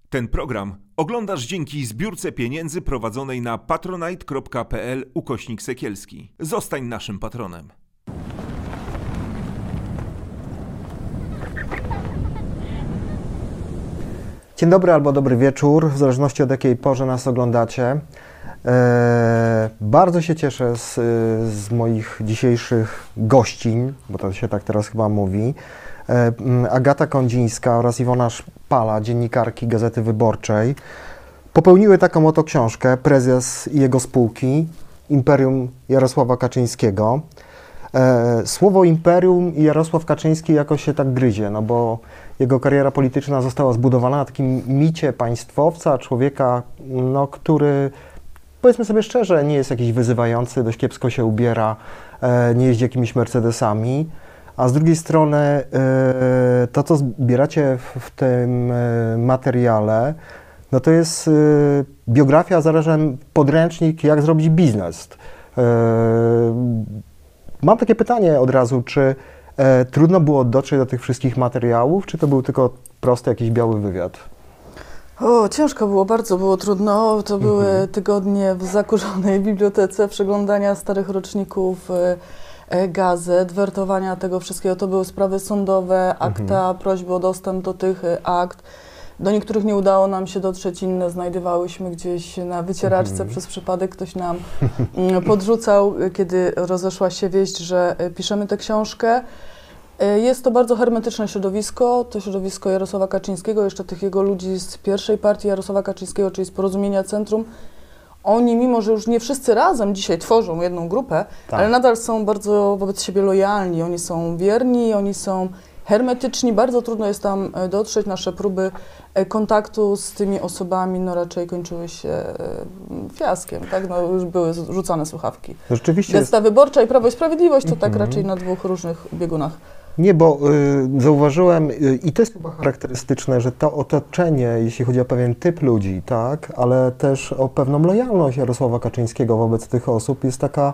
Ten program oglądasz dzięki zbiórce pieniędzy prowadzonej na patronite.pl/Sekielski. Zostań naszym patronem. Dzień dobry albo dobry wieczór, w zależności od jakiej porze nas oglądacie. Bardzo się cieszę z moich dzisiejszych gościń, bo to się tak teraz chyba mówi. Agata Kondzińska oraz Iwona Szpala, dziennikarki Gazety Wyborczej, popełniły taką oto książkę, Prezes i jego spółki, Imperium Jarosława Kaczyńskiego. Słowo imperium i Jarosław Kaczyński jakoś się tak gryzie, no bo jego kariera polityczna została zbudowana na takim micie państwowca, człowieka, no, który, powiedzmy sobie szczerze, nie jest jakiś wyzywający, dość kiepsko się ubiera, nie jeździ jakimiś Mercedesami, a z drugiej strony to, co zbieracie w tym materiale, no to jest biografia, zarazem podręcznik, jak zrobić biznes. Mam takie pytanie od razu, czy trudno było dotrzeć do tych wszystkich materiałów, czy to był tylko prosty jakiś biały wywiad? O, ciężko było, bardzo było trudno. To były tygodnie w zakurzonej bibliotece, przeglądania starych roczników gazet, wertowania tego wszystkiego. To były sprawy sądowe, akta, prośby o dostęp do tych akt. Do niektórych nie udało nam się dotrzeć, inne znajdowałyśmy gdzieś na wycieraczce. Przez przypadek ktoś nam podrzucał, kiedy rozeszła się wieść, że piszemy tę książkę. Jest to bardzo hermetyczne środowisko, to środowisko Jarosława Kaczyńskiego, jeszcze tych jego ludzi z pierwszej partii Jarosława Kaczyńskiego, czyli z Porozumienia Centrum. Oni, mimo że już nie wszyscy razem dzisiaj tworzą jedną grupę, tak, ale nadal są bardzo wobec siebie lojalni, oni są wierni, oni są hermetyczni, bardzo trudno jest tam dotrzeć. Nasze próby kontaktu z tymi osobami no raczej kończyły się fiaskiem, tak? No już były rzucane słuchawki. Rzeczywiście Gazeta Wyborcza i Prawo i Sprawiedliwość to tak raczej na dwóch różnych biegunach. Nie, bo zauważyłem, i to jest chyba charakterystyczne, że to otoczenie, jeśli chodzi o pewien typ ludzi, tak, ale też o pewną lojalność Jarosława Kaczyńskiego wobec tych osób jest taka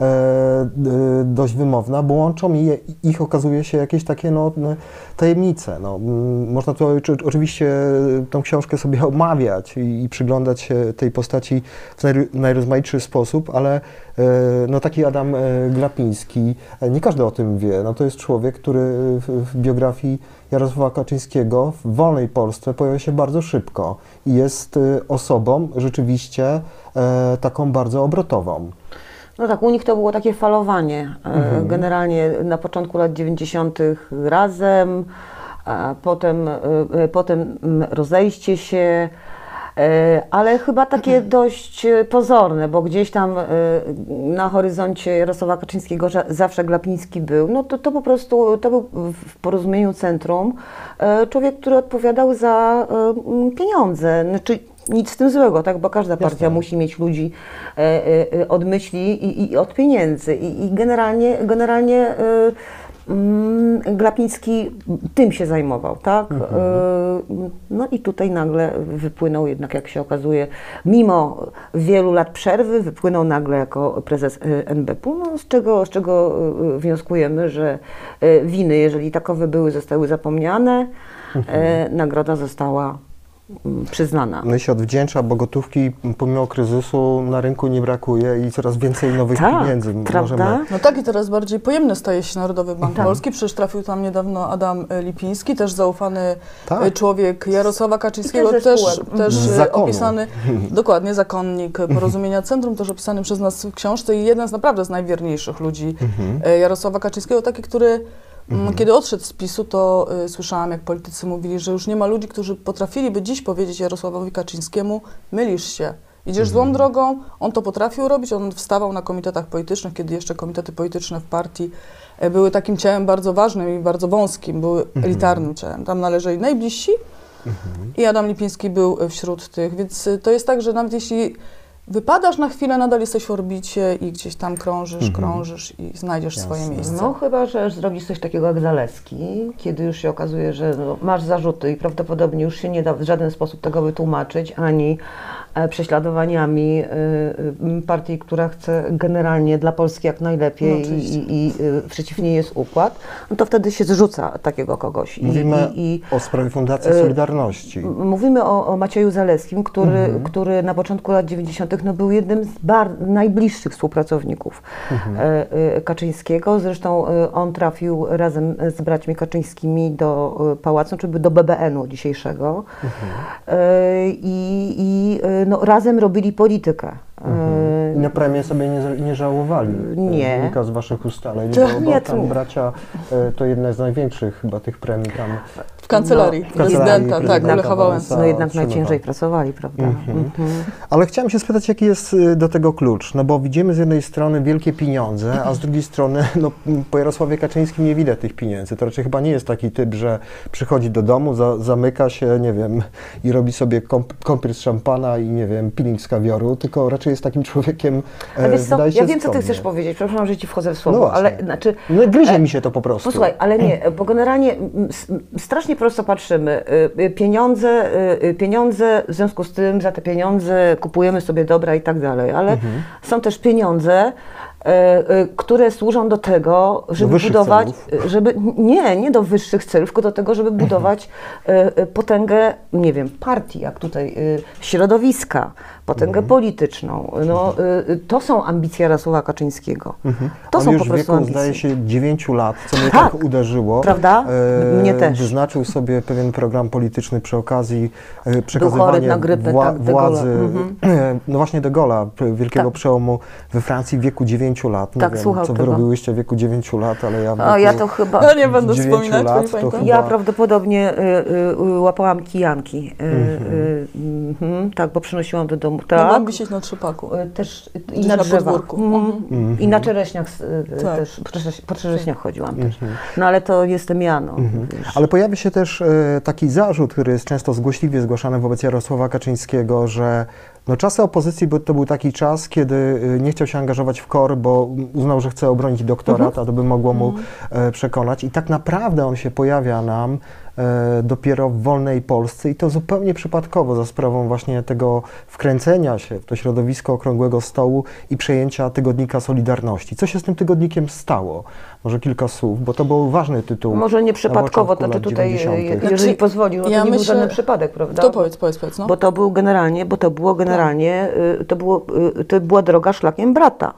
dość wymowna, bo łączą ich okazuje się jakieś takie tajemnice. No, można tu oczywiście tą książkę sobie omawiać i przyglądać się tej postaci w najrozmaitszy sposób, ale no, taki Adam Glapiński, nie każdy o tym wie, no, to jest człowiek, który w biografii Jarosława Kaczyńskiego w wolnej Polsce pojawia się bardzo szybko i jest osobą rzeczywiście taką bardzo obrotową. No tak, u nich to było takie falowanie. Generalnie na początku lat 90. razem, a potem rozejście się, ale chyba takie dość pozorne, bo gdzieś tam na horyzoncie Jarosława Kaczyńskiego zawsze Glapiński był. No to po prostu, to był w Porozumieniu Centrum człowiek, który odpowiadał za pieniądze. Znaczy, nic z tym złego, tak? Bo każda partia musi mieć ludzi od myśli i od pieniędzy. I generalnie Glapiński tym się zajmował, tak? No i tutaj nagle wypłynął jednak, jak się okazuje, mimo wielu lat przerwy, wypłynął nagle jako prezes NBP-u, no, z czego wnioskujemy, że winy, jeżeli takowe były, zostały zapomniane, nagroda została przyznana. No i się odwdzięcza, bo gotówki pomimo kryzysu na rynku nie brakuje i coraz więcej nowych pieniędzy. Prawda? No tak, i teraz bardziej pojemny staje się Narodowy Bank Polski. Przecież trafił tam niedawno Adam Lipiński, też zaufany człowiek Jarosława Kaczyńskiego, też opisany, dokładnie, zakonnik Porozumienia Centrum, też opisany przez nas w książce i jeden z naprawdę z najwierniejszych ludzi Jarosława Kaczyńskiego, taki, który kiedy odszedł z PiS-u, to słyszałam, jak politycy mówili, że już nie ma ludzi, którzy potrafiliby dziś powiedzieć Jarosławowi Kaczyńskiemu: mylisz się, idziesz złą drogą. On to potrafił robić, on wstawał na komitetach politycznych, kiedy jeszcze komitety polityczne w partii były takim ciałem bardzo ważnym i bardzo wąskim, były elitarnym ciałem. Tam należeli najbliżsi i Adam Lipiński był wśród tych, więc to jest tak, że nawet jeśli wypadasz na chwilę, nadal jesteś w orbicie i gdzieś tam krążysz i znajdziesz swoje miejsce. No chyba, że zrobisz coś takiego jak Zalewski, kiedy już się okazuje, że masz zarzuty i prawdopodobnie już się nie da w żaden sposób tego wytłumaczyć, ani prześladowaniami partii, która chce generalnie dla Polski jak najlepiej No, i przeciwnie jest układ, no to wtedy się zrzuca takiego kogoś. Mówimy o sprawie Fundacji Solidarności. Mówimy o Macieju Zalewskim, który na początku lat 90. no, był jednym z najbliższych współpracowników Kaczyńskiego. Zresztą on trafił razem z braćmi Kaczyńskimi do pałacu, czy do BBN-u dzisiejszego. No, razem robili politykę. Na premię sobie nie żałowali. Nie. Wynika z waszych ustaleń, bo tam bracia to jedna z największych chyba tych premii tam. W kancelarii prezydenta, tak, Lecha Wałęsy. No jednak najciężej pracowali, prawda? Ale chciałem się spytać, jaki jest do tego klucz? No bo widzimy z jednej strony wielkie pieniądze, a z drugiej strony no, po Jarosławie Kaczyńskim nie widać tych pieniędzy. To raczej chyba nie jest taki typ, że przychodzi do domu, zamyka się, nie wiem, i robi sobie kąpiel z szampana i nie wiem, peeling z kawioru, tylko raczej jest takim człowiekiem, wydaje się, ja wiem, co skromnie. ty chcesz powiedzieć, przepraszam, że ci wchodzę w słowo, No ale znaczy... No gryzie mi się to po prostu. Posłuchaj, ale nie, bo generalnie strasznie prosto patrzymy. Pieniądze, w związku z tym za te pieniądze kupujemy sobie dobra i tak dalej, ale są też pieniądze, które służą do tego, żeby budować, nie do wyższych celów, tylko do tego, żeby budować potęgę, nie wiem, partii, jak tutaj środowiska, potęgę polityczną. No, to są ambicje Jarosława Kaczyńskiego. To On są już po w prostu wieku, ambicje. zdaje się, 9 lat, co mnie tak uderzyło. Prawda? Mnie też. Wyznaczył sobie pewien program polityczny przy okazji Był chory przekazywania na grypę, de władzy, Gaulle'a. no właśnie de Gaulle'a, wielkiego Tak. przełomu we Francji w wieku 9 lat. Nie Tak, wiem, słuchał co wy tego. robiłyście w wieku 9 lat, ale ja w wieku Ja to chyba... No nie będę 9 wspominać, lat, bo nie to pamiętam. chyba... Ja prawdopodobnie łapałam kijanki. Tak, bo przynosiłam do domu. Mogłam Tak. wisieć na trzepaku. Też i Gdzieś na na drzewach. podwórku. I na czereśniach Tak. też, po czereśniach chodziłam też. No ale to jestem ja, no. Wiesz. Ale pojawia się też taki zarzut, który jest często zgłośliwie zgłaszany wobec Jarosława Kaczyńskiego, że no, czasy opozycji to był taki czas, kiedy nie chciał się angażować w KOR, bo uznał, że chce obronić doktorat, a to by mogło mu przekonać. I tak naprawdę on się pojawia nam dopiero w wolnej Polsce i to zupełnie przypadkowo za sprawą właśnie tego wkręcenia się w to środowisko okrągłego stołu i przejęcia tygodnika Solidarności. Co się z tym tygodnikiem stało? Może kilka słów, bo to był ważny tytuł. Może nie przypadkowo, to czy lat tutaj, 90. jeżeli pozwolisz, to nie był żaden przypadek, prawda? To powiedz, no. Bo to było generalnie, to była droga szlakiem brata.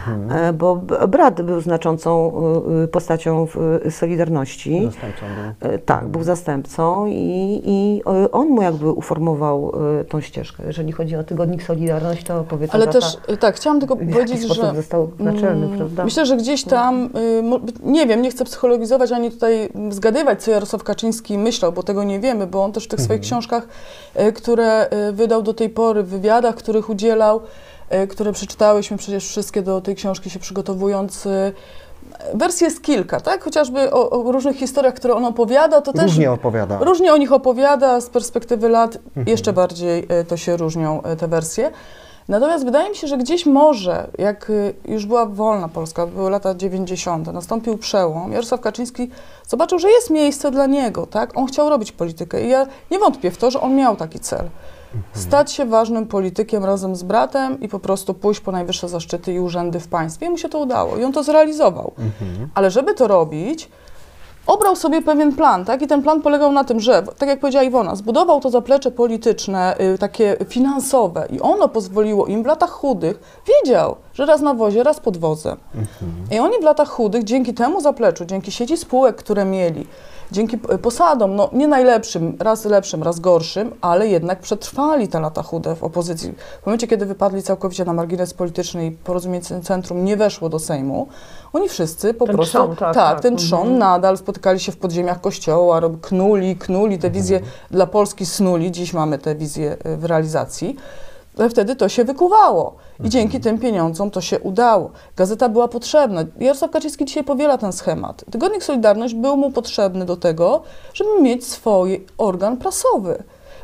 Bo brat był znaczącą postacią w Solidarności. Zastępcą był. Tak, był zastępcą i on mu jakby uformował tą ścieżkę. Jeżeli chodzi o tygodnik Solidarność, to powiedzmy, Ale też, tak, chciałam tylko powiedzieć, że został naczelny, prawda? myślę, że gdzieś tam, nie wiem, nie chcę psychologizować ani tutaj zgadywać, co Jarosław Kaczyński myślał, bo tego nie wiemy, bo on też w tych swoich książkach, które wydał do tej pory, w wywiadach, których udzielał, które przeczytałyśmy przecież wszystkie do tej książki się przygotowując. Wersji jest kilka, tak? Chociażby o różnych historiach, które on opowiada, to też... Różnie opowiada. Różnie o nich opowiada, z perspektywy lat jeszcze bardziej to się różnią te wersje. Natomiast wydaje mi się, że gdzieś może, jak już była wolna Polska, były lata 90., nastąpił przełom, Jarosław Kaczyński zobaczył, że jest miejsce dla niego, tak? On chciał robić politykę i ja nie wątpię w to, że on miał taki cel. Stać się ważnym politykiem razem z bratem i po prostu pójść po najwyższe zaszczyty i urzędy w państwie. I mu się to udało i on to zrealizował. Ale żeby to robić, obrał sobie pewien plan, tak? I ten plan polegał na tym, że, tak jak powiedziała Iwona, zbudował to zaplecze polityczne, takie finansowe i ono pozwoliło im w latach chudych, wiedział, że raz na wozie, raz pod wozem. I oni w latach chudych, dzięki temu zapleczu, dzięki sieci spółek, które mieli, dzięki posadom, no nie najlepszym, raz lepszym, raz gorszym, ale jednak przetrwali te lata chude w opozycji. W momencie, kiedy wypadli całkowicie na margines polityczny i Porozumienie Centrum nie weszło do Sejmu, oni wszyscy po prostu, ten trzon nadal spotykali się w podziemiach kościoła, knuli te wizje dla Polski, snuli, dziś mamy te wizje w realizacji. Ale wtedy to się wykuwało i dzięki tym pieniądzom to się udało. Gazeta była potrzebna. Jarosław Kaczyński dzisiaj powiela ten schemat. Tygodnik Solidarność był mu potrzebny do tego, żeby mieć swój organ prasowy.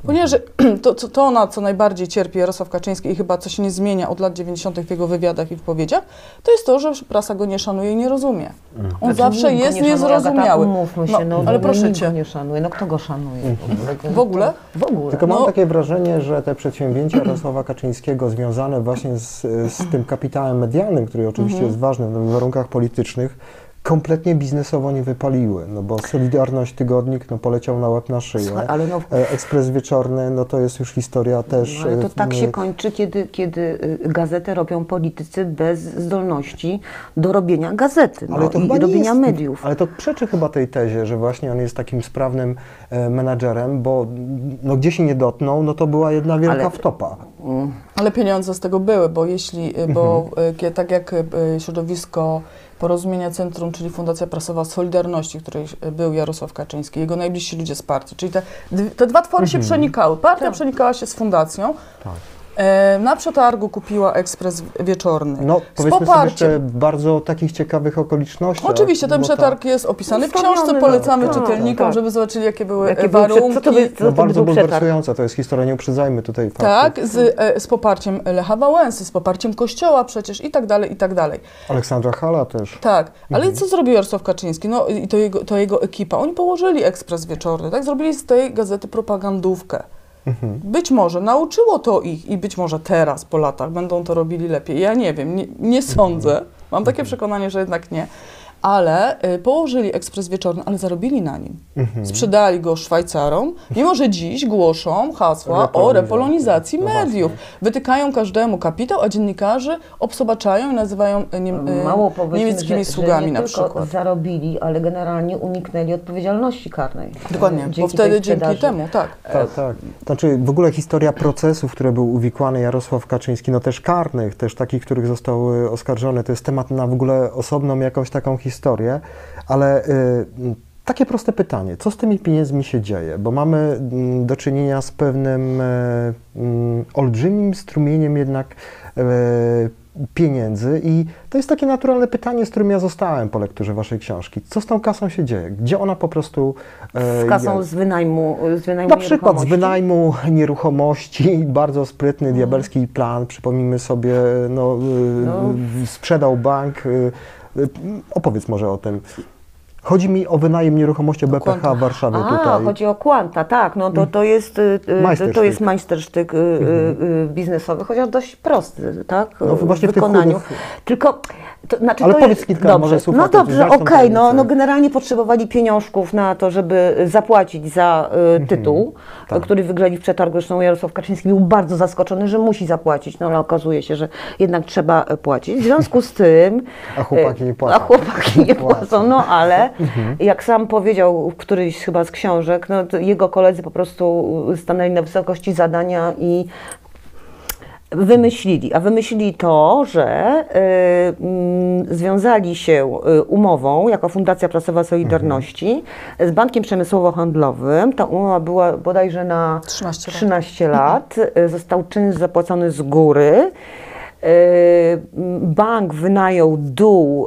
Ponieważ to na co najbardziej cierpi Jarosław Kaczyński i chyba co się nie zmienia od lat 90. w jego wywiadach i wypowiedziach, to jest to, że prasa go nie szanuje i nie rozumie. On zawsze jest niezrozumiały. Umówmy się, ale proszę nikt cię. go nie szanuje. No kto go szanuje? W ogóle? W ogóle. Tylko mam takie wrażenie, że te przedsięwzięcia Jarosława Kaczyńskiego związane właśnie z tym kapitałem medialnym, który oczywiście jest ważny w warunkach politycznych, kompletnie biznesowo nie wypaliły, no bo Solidarność tygodnik poleciał na łeb na szyję. Słuchaj, ale Ekspres Wieczorny, no to jest już historia też... No, ale to tak się kończy, kiedy gazetę robią politycy bez zdolności do robienia gazety i robienia mediów. Ale to przeczy chyba tej tezie, że właśnie on jest takim sprawnym menadżerem, bo no, gdzie się nie dotknął, no to była jedna wielka wtopa. Ale pieniądze z tego były, bo tak jak środowisko Porozumienia Centrum, czyli Fundacja Prasowa Solidarności, w której był Jarosław Kaczyński, jego najbliżsi ludzie z partii, czyli te dwa twory się przenikały. Partia przenikała się z fundacją. Na przetargu kupiła Ekspres Wieczorny. No, powiedzmy sobie jeszcze bardzo takich ciekawych okolicznościach. Oczywiście, ten przetarg jest opisany w książce, polecamy czytelnikom, żeby zobaczyli, jakie były warunki. Bardzo bulwersująca to jest historia, nie uprzedzajmy tutaj faktów. Tak, z poparciem Lecha Wałęsy, z poparciem Kościoła przecież i tak dalej, i tak dalej. Aleksandra Halla też. Tak, ale co zrobił Jarosław Kaczyński? No i to jego ekipa. Oni położyli Ekspres Wieczorny, tak? Zrobili z tej gazety propagandówkę. Być może nauczyło to ich i być może teraz, po latach, będą to robili lepiej. Ja nie wiem, nie sądzę. Mam takie przekonanie, że jednak nie. Ale położyli Ekspres Wieczorny, ale zarobili na nim. Sprzedali go Szwajcarom, mimo że dziś głoszą hasła o repolonizacji mediów. Wytykają każdemu kapitał, a dziennikarzy obsobaczają i nazywają niemieckimi sługami na przykład. Tylko zarobili, ale generalnie uniknęli odpowiedzialności karnej. Dokładnie, bo wtedy dzięki temu, tak. Tak. Znaczy w ogóle historia procesów, które był uwikłany Jarosław Kaczyński, no też karnych, też takich, których zostały oskarżone, to jest temat na w ogóle osobną jakąś taką historię, ale takie proste pytanie, co z tymi pieniędzmi się dzieje? Bo mamy do czynienia z pewnym olbrzymim strumieniem jednak pieniędzy i to jest takie naturalne pytanie, z którym ja zostałem po lekturze waszej książki. Co z tą kasą się dzieje? Gdzie ona po prostu z kasą z wynajmu na przykład z wynajmu nieruchomości, bardzo sprytny, diabelski plan, przypomnijmy sobie, sprzedał bank. Opowiedz może o tym. Chodzi mi o wynajem nieruchomości BPH w Warszawie tutaj. Chodzi o Quanta, tak. No to jest majstersztyk biznesowy, chociaż dość prosty, tak? No właśnie w wykonaniu. Tylko, ale powiedz kilka, może słuchaj. No dobrze, okej, no generalnie potrzebowali pieniążków na to, żeby zapłacić za tytuł, który wygrali w przetargu. Zresztą Jarosław Kaczyński był bardzo zaskoczony, że musi zapłacić, no ale okazuje się, że jednak trzeba płacić. W związku z tym... A chłopaki nie płacą. No ale jak sam powiedział w którejś chyba z książek, no to jego koledzy po prostu stanęli na wysokości zadania i wymyślili to, że związali się umową jako Fundacja Prasowa Solidarności z Bankiem Przemysłowo-Handlowym. Ta umowa była bodajże na 13 lat. Został czynsz zapłacony z góry. Bank wynajął dół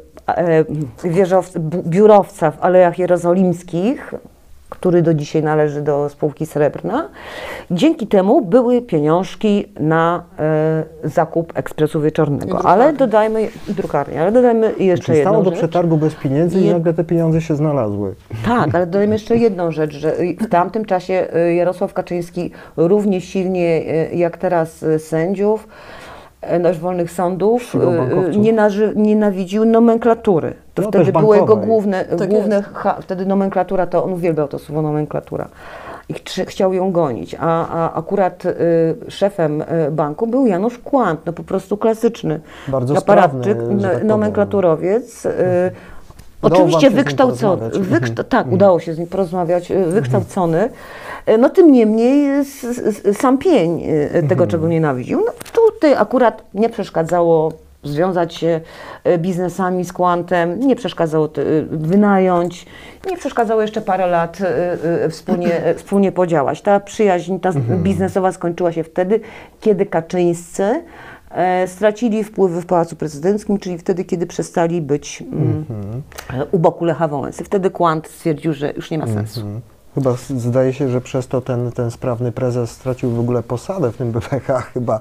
biurowca w Alejach Jerozolimskich, który do dzisiaj należy do spółki Srebrna. Dzięki temu były pieniążki na zakup Ekspresu Wieczornego. Ale dodajmy jeszcze jedną stało do rzecz. przetargu bez pieniędzy i nagle te pieniądze się znalazły. Tak, ale dodajmy jeszcze jedną rzecz, że w tamtym czasie Jarosław Kaczyński równie silnie jak teraz sędziów, nasz wolnych sądów, nienawidził nomenklatury. To wtedy było jego główne wtedy nomenklatura, to on uwielbiał to słowo nomenklatura. I chciał ją gonić, a akurat szefem banku był Janusz Quant, no po prostu klasyczny bardzo aparatczyk, nomenklaturowiec. Oczywiście wykształcony, udało się z nim porozmawiać, wykształcony, no tym niemniej sam pień tego, czego nienawidził. No, tutaj akurat nie przeszkadzało związać się biznesami z Quantem, nie przeszkadzało wynająć, nie przeszkadzało jeszcze parę lat wspólnie podziałać. Ta przyjaźń biznesowa skończyła się wtedy, kiedy Kaczyńscy stracili wpływy w Pałacu Prezydenckim, czyli wtedy, kiedy przestali być u boku Lecha Wałęsy. Wtedy Quant stwierdził, że już nie ma sensu. Chyba zdaje się, że przez to ten sprawny prezes stracił w ogóle posadę w tym BPK chyba.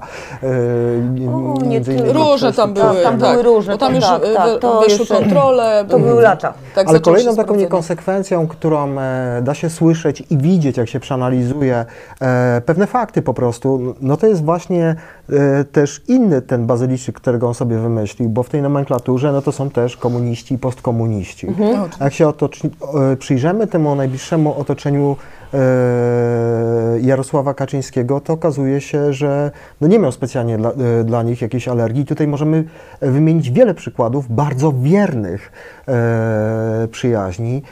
Między innymi Różne przez tam to- były, tam były różne, bo tam tak, już tak, to weszły jeszcze- kontrole. To były lata. Tak, Ale zaczęło kolejną się taką sprawdzenie. niekonsekwencją, którą da się słyszeć i widzieć, jak się przeanalizuje pewne fakty po prostu, no to jest właśnie też inny ten bazyliszczyk, którego on sobie wymyślił, bo w tej nomenklaturze no to są też komuniści i postkomuniści. A jak się przyjrzymy temu najbliższemu otoczeniu Jarosława Kaczyńskiego, to okazuje się, że no nie miał specjalnie dla nich jakiejś alergii. Tutaj możemy wymienić wiele przykładów bardzo wiernych przyjaźni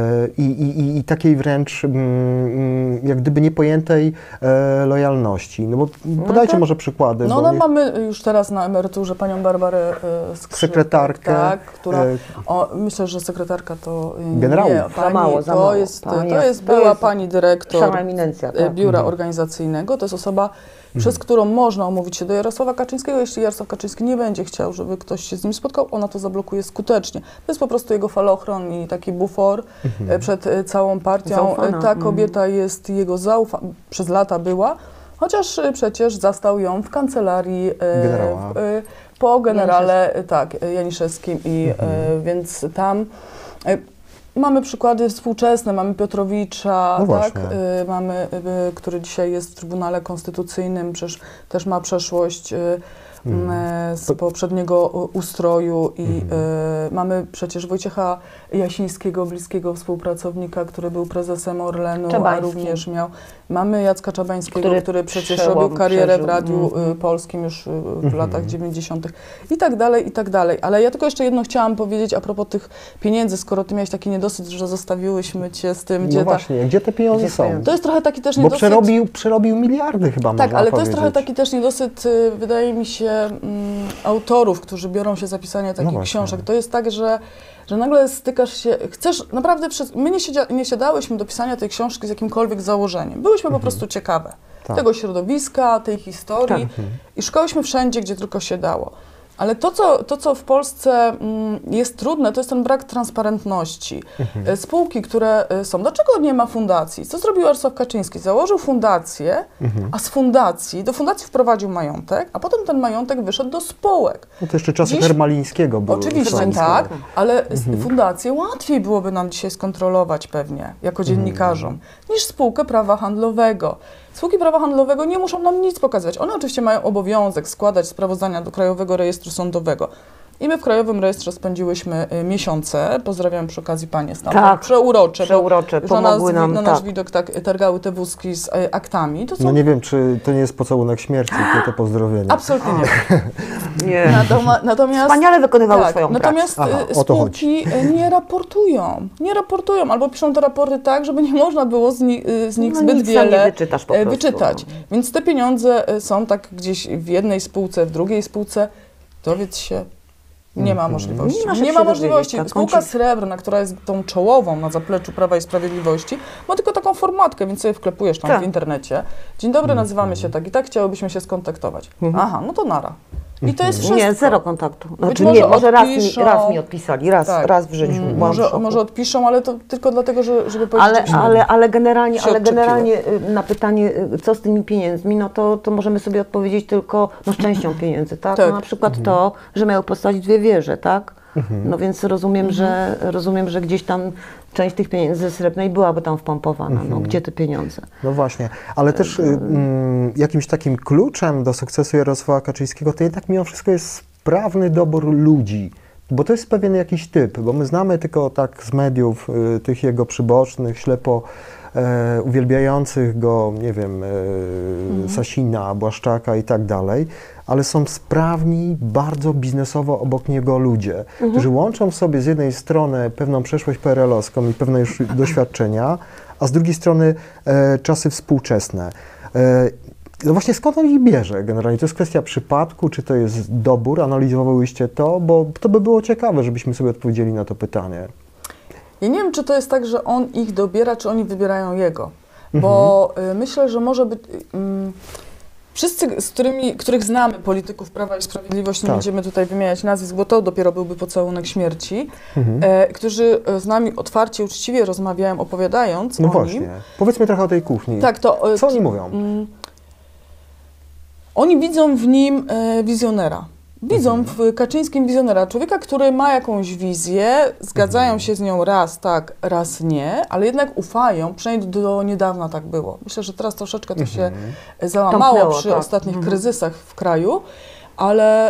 i takiej wręcz jak gdyby niepojętej lojalności. No bo podajcie może przykłady. No, bo no nie- mamy już teraz na emeryturze panią Barbarę Skrzypek, Sekretarkę, tak, która, myślę, że sekretarka to Generałów. nie, Za mało, za mało. to jest To była jest pani dyrektor Sama eminencja, tak. biura organizacyjnego, to jest osoba, przez którą można umówić się do Jarosława Kaczyńskiego. Jeśli Jarosław Kaczyński nie będzie chciał, żeby ktoś się z nim spotkał, ona to zablokuje skutecznie. To jest po prostu jego falochron i taki bufor przed całą partią. Zaufana. Ta kobieta jest jego przez lata była, chociaż przecież zastał ją w kancelarii Generała. po generale Janiszewskim i więc tam mamy przykłady współczesne, mamy Piotrowicza, No tak? właśnie. Mamy, który dzisiaj jest w Trybunale Konstytucyjnym, przecież też ma przeszłość z poprzedniego ustroju i mamy przecież Wojciecha Jasińskiego, bliskiego współpracownika, który był prezesem Orlenu, a Czabański. również mamy Jacka Czabańskiego, który przecież przełom robił karierę w przeżył. Radiu Polskim już w latach 90. i tak dalej, i tak dalej. Ale ja tylko jeszcze jedno chciałam powiedzieć a propos tych pieniędzy, skoro ty miałeś taki niedosyt, że zostawiłyśmy cię z tym, gdzie No właśnie, gdzie te pieniądze Gdzie są? pieniądze? To jest trochę taki też Bo niedosyt... przerobił miliardy chyba, Tak, można ale to powiedzieć. jest trochę taki też niedosyt, wydaje mi się, autorów, którzy biorą się za pisanie takich właśnie. książek. To jest tak, że nagle stykasz się, chcesz naprawdę, my nie siadałyśmy do pisania tej książki z jakimkolwiek założeniem. Byłyśmy po prostu ciekawe Tak. tego środowiska, tej historii i szukałyśmy wszędzie, gdzie tylko się dało. Ale to, co w Polsce jest trudne, to jest ten brak transparentności. Spółki, które są. Dlaczego nie ma fundacji? Co zrobił Jarosław Kaczyński? Założył fundację, a do fundacji wprowadził majątek, a potem ten majątek wyszedł do spółek. No to jeszcze czasy Dziś- Hermalińskiego były. Oczywiście Hermalińskiego. tak, ale fundację łatwiej byłoby nam dzisiaj skontrolować pewnie, jako dziennikarzom, niż spółkę prawa handlowego. Spółki prawa handlowego nie muszą nam nic pokazywać. One oczywiście mają obowiązek składać sprawozdania do Krajowego Rejestru Sądowego. I my w Krajowym Rejestrze spędziłyśmy miesiące. Pozdrawiam przy okazji panie stamtąd. Tak, Przeurocze. przeurocze, Już pomogły nam, na nasz tak. widok targały te wózki z aktami. To są No nie wiem, czy to nie jest pocałunek śmierci, te pozdrowienia. absolutnie nie. Nie. Natomiast Wspaniale wykonywały swoją natomiast pracę. Aha, o to spółki nie raportują, albo piszą te raporty tak, żeby nie można było z nich No zbyt nic tam wiele nie wyczytasz po prostu, wyczytać. Więc te pieniądze są tak gdzieś w jednej spółce, w drugiej spółce. Dowiedz się, nie ma możliwości. Nie ma się Nie ma dowiedzieć, możliwości. tak, Spółka Srebrna, która jest tą czołową na zapleczu Prawa i Sprawiedliwości, ma tylko taką formatkę, więc sobie wklepujesz tam Tak. w internecie. Dzień dobry, nazywamy się tak i tak, chciałybyśmy się skontaktować. Aha, no to nara. I to jest wszystko. Nie, zero kontaktu. Znaczy może nie, może odpiszą. raz mi odpisali, Tak. raz w życiu. byłam w szoku. Może odpiszą, ale to tylko dlatego, żeby powiedzieć, Ale generalnie, się na pytanie, co z tymi pieniędzmi, no to możemy sobie odpowiedzieć tylko z częścią pieniędzy, tak? Tak. No, na przykład to, że miały postawić 2 wieże, tak? No więc rozumiem, że gdzieś tam część tych pieniędzy srebrnej byłaby tam wpompowana. No gdzie te pieniądze? No właśnie, ale też jakimś takim kluczem do sukcesu Jarosława Kaczyńskiego to jednak mimo wszystko jest sprawny dobór ludzi. Bo to jest pewien jakiś typ, bo my znamy tylko tak z mediów tych jego przybocznych, ślepo uwielbiających go, nie wiem, Sasina, Błaszczaka i tak dalej, ale są sprawni, bardzo biznesowo obok niego ludzie, którzy łączą w sobie z jednej strony pewną przeszłość PRL-owską i pewne już doświadczenia, a z drugiej strony czasy współczesne. No właśnie skąd on ich bierze generalnie? To jest kwestia przypadku, czy to jest dobór? Analizowałyście to? Bo to by było ciekawe, żebyśmy sobie odpowiedzieli na to pytanie. Ja nie wiem, czy to jest tak, że on ich dobiera, czy oni wybierają jego. Bo myślę, że może być... Wszyscy, których znamy, polityków Prawa i Sprawiedliwości, nie Tak. będziemy tutaj wymieniać nazwisk, bo to dopiero byłby pocałunek śmierci, którzy z nami otwarcie, uczciwie rozmawiają, opowiadając No o właśnie. nim. Powiedzmy trochę o tej kuchni. Tak, to, Co oni mówią? Oni widzą w nim wizjonera. Widzą w Kaczyńskim wizjonera, człowieka, który ma jakąś wizję, zgadzają się z nią raz tak, raz nie, ale jednak ufają, przynajmniej do niedawna tak było. Myślę, że teraz troszeczkę to się załamało Tąpnęło, przy tak. ostatnich kryzysach w kraju, ale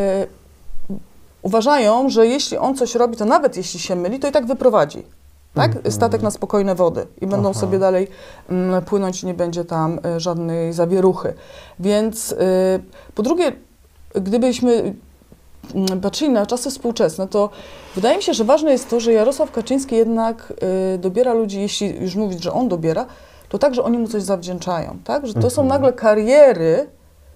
uważają, że jeśli on coś robi, to nawet jeśli się myli, to i tak wyprowadzi. Tak? Statek na spokojne wody i będą sobie dalej płynąć i nie będzie tam żadnej zawieruchy. Więc po drugie, gdybyśmy patrzyli na czasy współczesne, to wydaje mi się, że ważne jest to, że Jarosław Kaczyński jednak dobiera ludzi, jeśli już mówić, że on dobiera, to tak, że oni mu coś zawdzięczają, tak? Że to są nagle kariery,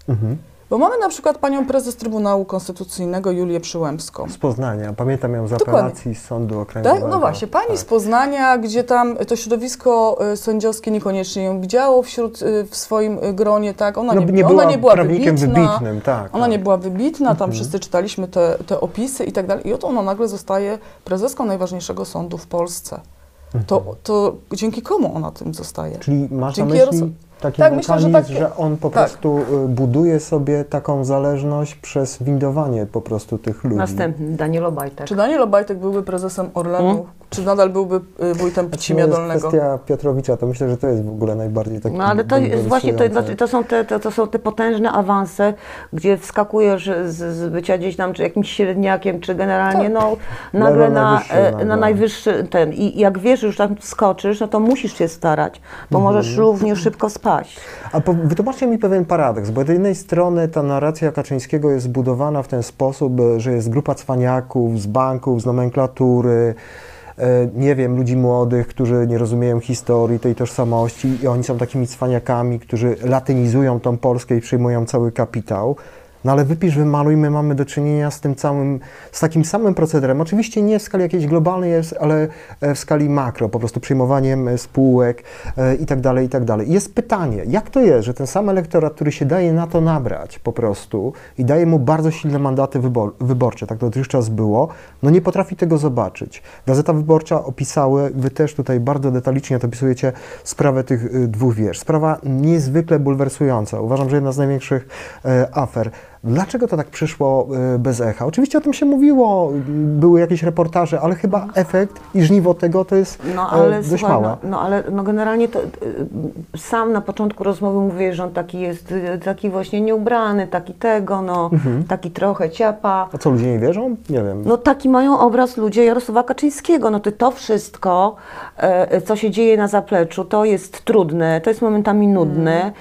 bo mamy na przykład panią prezes Trybunału Konstytucyjnego Julię Przyłębską. Z Poznania. Pamiętam ją z Dokładnie. apelacji z Sądu Okręgowego. Tak? No właśnie, pani z Poznania, gdzie tam to środowisko sędziowskie niekoniecznie ją widziało w swoim gronie, tak? Ona nie była prawnikiem wybitna, wybitnym, tak. ona nie była wybitna, tam wszyscy czytaliśmy te opisy i tak dalej. I oto ona nagle zostaje prezeską najważniejszego sądu w Polsce. To dzięki komu ona tym zostaje? Czyli masz na Dzięki myśli taki Tak, myślę, mechanizm, że takie- że on po tak. prostu buduje sobie taką zależność przez windowanie po prostu tych ludzi. Następny, Daniel Obajtek. Czy Daniel Obajtek byłby prezesem Orlenu? Czy nadal byłby wójtem Pcimia To jest Dolnego? kwestia Piotrowicza, to myślę, że to jest w ogóle najbardziej taki No ale to jest właśnie, bulwersujące. to są te potężne awanse, gdzie wskakujesz z bycia gdzieś tam, czy jakimś średniakiem, czy generalnie, no nagle na najwyższy ten. I jak wiesz, że już tam skoczysz, no to musisz się starać, bo możesz równie szybko spaść. A wytłumaczcie mi pewien paradoks, bo z jednej strony ta narracja Kaczyńskiego jest zbudowana w ten sposób, że jest grupa cwaniaków z banków, z nomenklatury, nie wiem, ludzi młodych, którzy nie rozumieją historii, tej tożsamości i oni są takimi cwaniakami, którzy latynizują tą Polskę i przyjmują cały kapitał. No ale wypisz, wymaluj, my mamy do czynienia z takim samym procederem, oczywiście nie w skali jakiejś globalnej, ale w skali makro, po prostu przyjmowaniem spółek i tak dalej, i tak dalej. Jest pytanie, jak to jest, że ten sam elektorat, który się daje na to nabrać po prostu i daje mu bardzo silne mandaty wyborcze, tak dotychczas było, no nie potrafi tego zobaczyć. Gazeta Wyborcza opisały, wy też tutaj bardzo detalicznie to opisujecie sprawę tych dwóch wież. Sprawa niezwykle bulwersująca. Uważam, że jedna z największych afer. Dlaczego to tak przyszło bez echa? Oczywiście o tym się mówiło, były jakieś reportaże, ale chyba efekt i żniwo tego to jest dość małe. Ale generalnie to sam na początku rozmowy mówię, że on taki jest, taki właśnie nieubrany, taki tego, taki trochę ciapa. A co, ludzie nie wierzą? Nie wiem. No taki mają obraz ludzie Jarosława Kaczyńskiego. No to wszystko, co się dzieje na zapleczu, to jest trudne, to jest momentami nudne.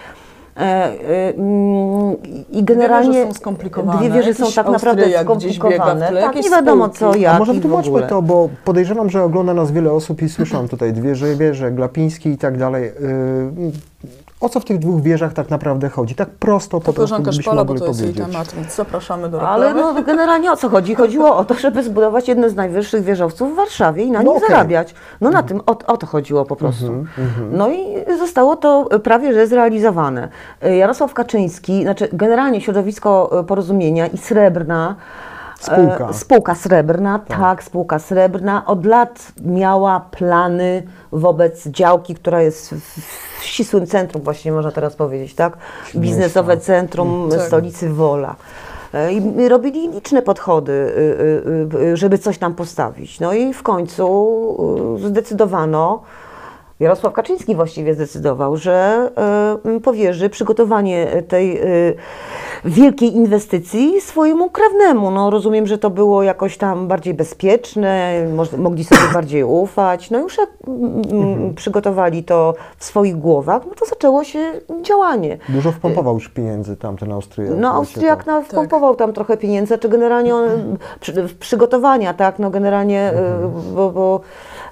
I generalnie dwie wieże są skomplikowane. Dwie wieże są Jakiś tak naprawdę Austriak gdzieś biega w skomplikowane. tle, Tak, jakieś nie wiadomo spółki. co, jak A może i w wytłumaczmy ogóle. to, bo podejrzewam, że ogląda nas wiele osób i słyszą tutaj dwie wieże, Glapiński i tak dalej. O co w tych dwóch wieżach tak naprawdę chodzi? Tak prosto po prostu Koleżanka byśmy Szpala, bo mogli to jest jej powiedzieć. temat, więc zapraszamy do reklamy. Ale no generalnie o co chodzi? Chodziło o to, żeby zbudować jeden z najwyższych wieżowców w Warszawie i na nim okej. zarabiać. No na tym, o to chodziło po prostu. No i zostało to prawie że zrealizowane. Jarosław Kaczyński, znaczy generalnie środowisko Porozumienia i Srebrna, spółka Srebrna, tak, spółka Srebrna od lat miała plany wobec działki, która jest w ścisłym centrum, właśnie można teraz powiedzieć, tak? Biznesowe centrum stolicy Wola. I robili liczne podchody, żeby coś tam postawić. No i w końcu zdecydowano, Jarosław Kaczyński właściwie zdecydował, że powierzy przygotowanie tej wielkiej inwestycji swojemu krewnemu. No rozumiem, że to było jakoś tam bardziej bezpieczne, mogli sobie bardziej ufać. No już jak przygotowali to w swoich głowach, no to zaczęło się działanie. Dużo wpompował już pieniędzy tamten Austriak. No Austriak wpompował tam trochę pieniędzy, czy generalnie on przygotowania, tak, no generalnie, bo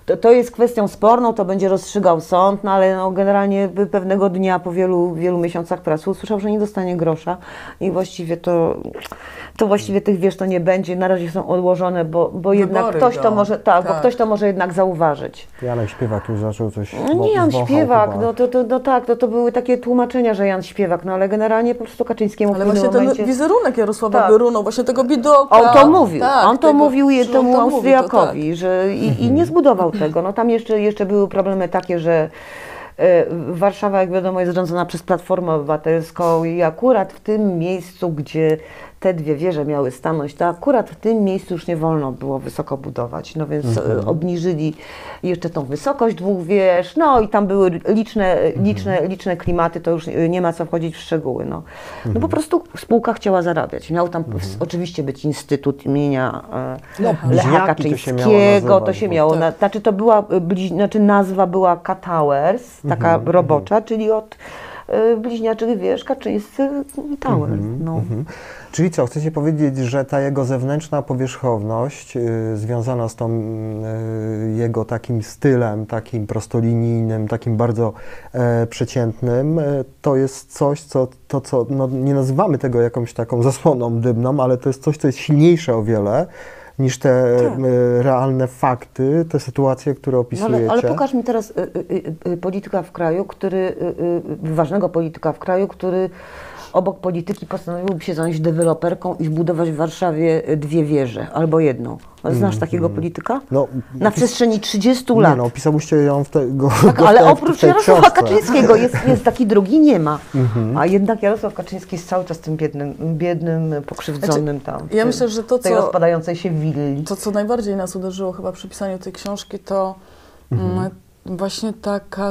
to jest kwestią sporną, to będzie rozstrzygał sąd, no ale no, generalnie pewnego dnia po wielu miesiącach pracy usłyszał, że nie dostanie grosza i właściwie to właściwie tych wież to nie będzie, na razie są odłożone, bo jednak ktoś to może, bo ktoś to może jednak zauważyć. Janek Śpiewak już zaczął coś Nie Jan Śpiewak, chyba. to były takie tłumaczenia, że Jan Śpiewak, no ale generalnie po prostu Kaczyńskiemu Ale w pewnym właśnie momencie... ten wizerunek Jarosława Bierunął, właśnie tego bidoka. On to mówił, on to mówił że on temu to mówi, Austriakowi, że i nie zbudował tego. No tam jeszcze były problemy takie, że Warszawa, jak wiadomo, jest rządzona przez Platformę Obywatelską i akurat w tym miejscu, gdzie te dwie wieże miały stanąć, to akurat w tym miejscu już nie wolno było wysoko budować, no więc obniżyli jeszcze tą wysokość dwóch wież, no i tam były liczne klimaty, to już nie ma co wchodzić w szczegóły, no. No po prostu spółka chciała zarabiać, miał tam oczywiście być Instytut imienia Lecha Kaczyńskiego, to się miało, znaczy to była, nazwa była K-Towers, taka robocza, czyli od bliźniaczych wież Kaczyńscy Tower. No. Czyli co, chcecie powiedzieć, że ta jego zewnętrzna powierzchowność związana z tą jego takim stylem, takim prostolinijnym, takim bardzo przeciętnym, to jest coś, co no, nie nazywamy tego jakąś taką zasłoną dymną, ale to jest coś, co jest silniejsze o wiele niż te realne fakty, te sytuacje, które opisujecie. No ale pokaż mi teraz polityka w kraju, ważnego polityka w kraju, który obok polityki postanowiłby się zająć deweloperką i zbudować w Warszawie dwie wieże, albo jedną. Znasz takiego polityka? No, na przestrzeni 30 lat. Nie no, opisałbyście ją w tego. Tak, ale oprócz Jarosława Kaczyńskiego jest taki drugi, nie ma. A jednak Jarosław Kaczyński jest cały czas tym biednym, pokrzywdzonym tam. Ja myślę, że to, tej co rozpadającej się willi. To, co najbardziej nas uderzyło chyba przy pisaniu tej książki, to właśnie taka...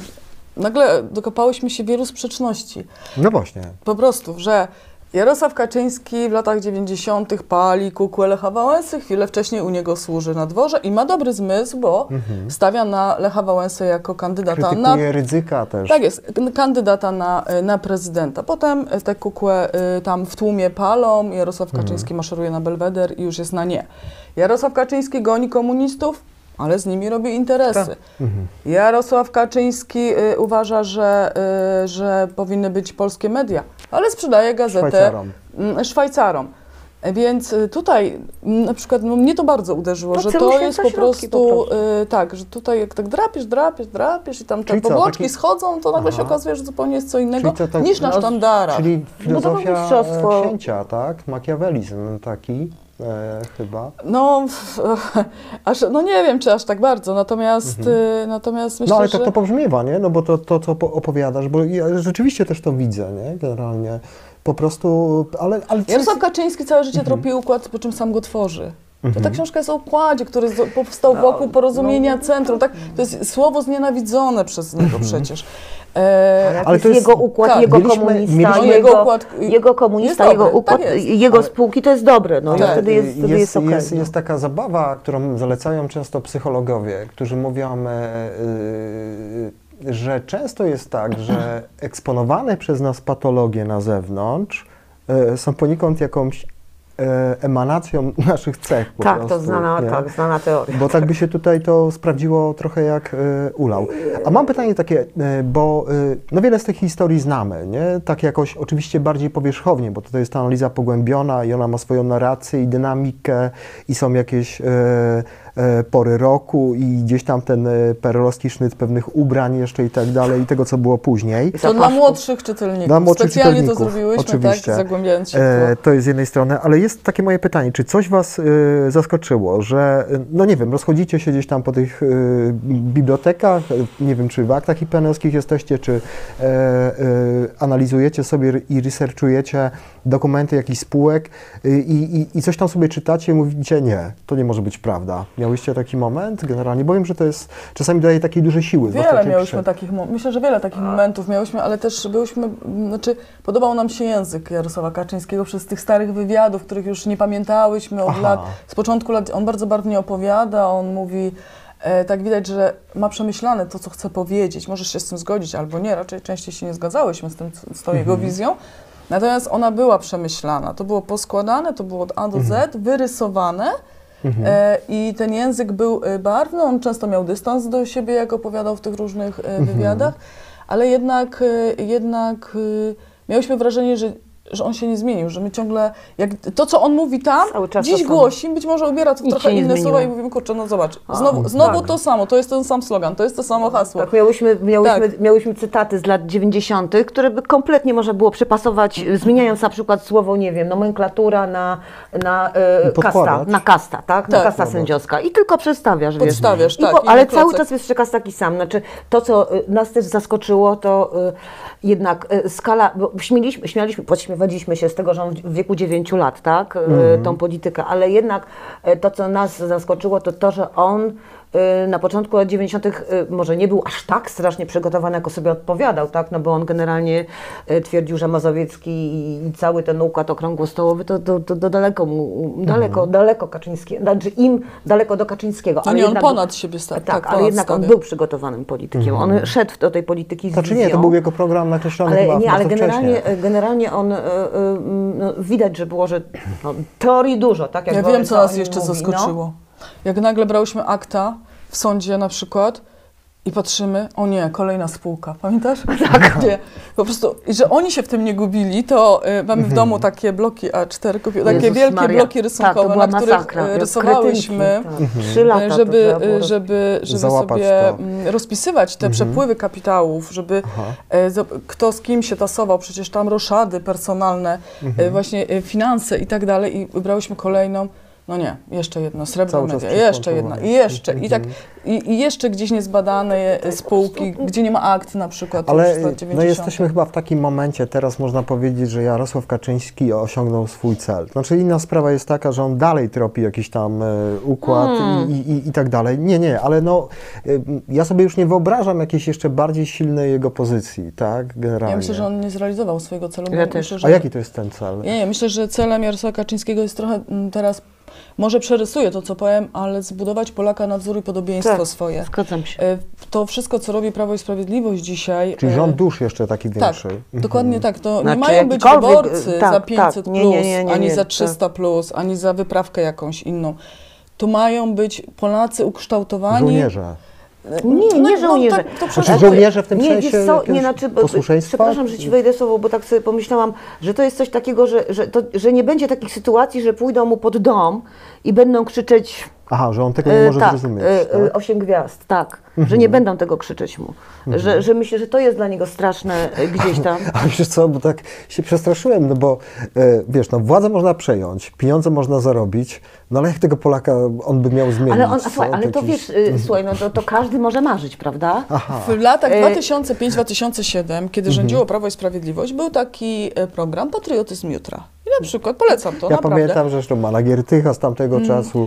nagle dokopałyśmy się wielu sprzeczności. No właśnie. Po prostu, że Jarosław Kaczyński w latach 90. pali kukłę Lecha Wałęsy, chwilę wcześniej u niego służy na dworze i ma dobry zmysł, bo stawia na Lecha Wałęsę jako kandydata krytykuje Rydzyka też. Tak jest, kandydata na prezydenta. Potem te kukłę tam w tłumie palą, Jarosław Kaczyński maszeruje na Belweder i już jest na nie. Jarosław Kaczyński goni komunistów, ale z nimi robi interesy. Jarosław Kaczyński uważa, że powinny być polskie media, ale sprzedaje gazetę Szwajcarom. Więc tutaj na przykład mnie to bardzo uderzyło, że to jest po prostu tak, że tutaj jak tak drapiesz i tam te pobłoczki schodzą, to nagle się okazuje, że zupełnie jest co innego niż na sztandarach. Czyli filozofia księcia, tak? Makiawelizm taki. Chyba. No, no nie wiem, czy aż tak bardzo, natomiast myślę, no ale tak to pobrzmiewa, nie? No bo to co opowiadasz, bo ja rzeczywiście też to widzę, nie? Generalnie. Po prostu, ale Jarosław Kaczyński całe życie tropi układ, po czym sam go tworzy. To ta książka jest o układzie, który powstał wokół porozumienia centrum. Tak? To jest słowo znienawidzone przez niego przecież. Ale to jest jego układ, jego komunista, jego układ, jego spółki, to jest dobre, no i wtedy jest okej. Jest taka zabawa, którą zalecają często psychologowie, którzy mówią, że często jest tak, że eksponowane przez nas patologie na zewnątrz są poniekąd jakąś emanacją naszych cech po prostu. To znana teoria. Bo tak by się tutaj to sprawdziło trochę jak ulał. A mam pytanie takie, bo no wiele z tych historii znamy, nie? Tak jakoś oczywiście bardziej powierzchownie, bo to jest ta analiza pogłębiona i ona ma swoją narrację i dynamikę i są jakieś pory roku i gdzieś tam ten perelowski sznyt pewnych ubrań jeszcze i tak dalej i tego, co było później. To dla młodszych czytelników. Specjalnie to zrobiłyśmy, oczywiście. Tak, zagłębiając się to jest z jednej strony, ale jest takie moje pytanie, czy coś Was zaskoczyło, że, no nie wiem, rozchodzicie się gdzieś tam po tych bibliotekach, nie wiem, czy w aktach IPN-owskich jesteście, czy analizujecie sobie i researchujecie dokumenty jakichś spółek i coś tam sobie czytacie i mówicie, nie, to nie może być prawda. Miałyście taki moment generalnie? Bo wiem, że to jest, czasami daje takiej dużej siły. Wiele miałyśmy takich, myślę, że wiele takich momentów miałyśmy, ale też podobał nam się język Jarosława Kaczyńskiego przez tych starych wywiadów, których już nie pamiętałyśmy od lat. Z początku lat on bardzo barwnie opowiada, on mówi, tak widać, że ma przemyślane to, co chce powiedzieć. Możesz się z tym zgodzić albo nie, raczej częściej się nie zgadzałyśmy z tą jego wizją. Natomiast ona była przemyślana, to było poskładane, to było od A do Z, wyrysowane, I ten język był barwny, on często miał dystans do siebie, jak opowiadał w tych różnych wywiadach, ale jednak miałyśmy wrażenie, że on się nie zmienił, że my ciągle, jak to, co on mówi tam, dziś głosi, być może ubiera to trochę inne słowa i mówimy, kurczę, no zobacz, znowu tak. To samo, to jest ten sam slogan, to jest to samo hasło. Tak, miałyśmy cytaty z lat 90., które by kompletnie można było przepasować, zmieniając na przykład słowo, nie wiem, nomenklatura na kasta, tak? Na kasta sędziowska i tylko przestawiasz, Podstawiasz, tak. Ale cały czas jest przekaz taki sam, znaczy to, co nas też zaskoczyło, to jednak skala, bo podśmiewaliśmy się z tego, że on w wieku 9 lat, tak, tą politykę, ale jednak to, co nas zaskoczyło, to to, że on na początku lat 90. może nie był aż tak strasznie przygotowany, jako sobie odpowiadał, tak, no bo on generalnie twierdził, że Mazowiecki i cały ten układ okrągłostołowy to daleko Kaczyńskiego, znaczy im daleko do Kaczyńskiego. No nie, on ponad siebie stał. Tak, ale jednak on był przygotowanym politykiem. On szedł do tej polityki z wizją. Znaczy nie, to był jego program nakreślony chyba ale wcześniej. generalnie on, widać, że było, że teorii dużo, tak? Jak ja wiem, co nas jeszcze mówi, zaskoczyło. Jak nagle brałyśmy akta w sądzie na przykład i patrzymy, o nie, kolejna spółka, pamiętasz? Tak. Gdzie po prostu, że oni się w tym nie gubili, to mamy w domu takie bloki A4, takie wielkie bloki rysunkowe, na których rysowałyśmy, 3 lata żeby sobie rozpisywać te przepływy kapitałów, żeby kto z kim się tasował, przecież tam roszady personalne, właśnie finanse i tak dalej i wybrałyśmy kolejną. No nie, jeszcze jedno, Srebrna Media, jeszcze jedna i jeszcze, i jeszcze gdzieś niezbadane spółki, gdzie nie ma akt na przykład. Ale no jesteśmy chyba w takim momencie, teraz można powiedzieć, że Jarosław Kaczyński osiągnął swój cel. Znaczy inna sprawa jest taka, że on dalej tropi jakiś tam układ i tak dalej. Nie, ale no ja sobie już nie wyobrażam jakiejś jeszcze bardziej silnej jego pozycji, tak, generalnie. Ja myślę, że on nie zrealizował swojego celu. Ja też. Myślę, A jaki to jest ten cel? Nie, myślę, że celem Jarosława Kaczyńskiego jest trochę teraz, może przerysuję to, co powiem, ale zbudować Polaka na wzór i podobieństwo swoje. Zgadzam się. To wszystko, co robi Prawo i Sprawiedliwość dzisiaj... Czyli rząd dusz jeszcze taki większy. Tak, dokładnie tak. To Znaczy, nie mają być wyborcy za 500 plus, ani za 300 plus, ani za wyprawkę jakąś inną. To mają być Polacy ukształtowani... Żołnierze. Nie żołnierze. Znaczy żołnierze w tym sensie posłuszeństwa? Przepraszam, że ci wejdę słowo, bo tak sobie pomyślałam, że to jest coś takiego, że nie będzie takich sytuacji, że pójdą mu pod dom i będą krzyczeć... Aha, że on tego nie może zrozumieć. Tak? 8 gwiazd, tak. Że nie będą tego krzyczeć mu. Że myślę, że to jest dla niego straszne gdzieś tam. A wiesz co, bo tak się przestraszyłem, no bo wiesz, no władzę można przejąć, pieniądze można zarobić, no ale jak tego Polaka on by miał zmienić? Ale to wiesz, słuchaj, no to każdy może marzyć, prawda? Aha. W latach 2005-2007, kiedy rządziło Prawo i Sprawiedliwość, był taki program Patriotyzm Jutra. I na przykład polecam to, ja naprawdę. Pamiętam, że zresztą Mala Giertycha z tamtego czasu.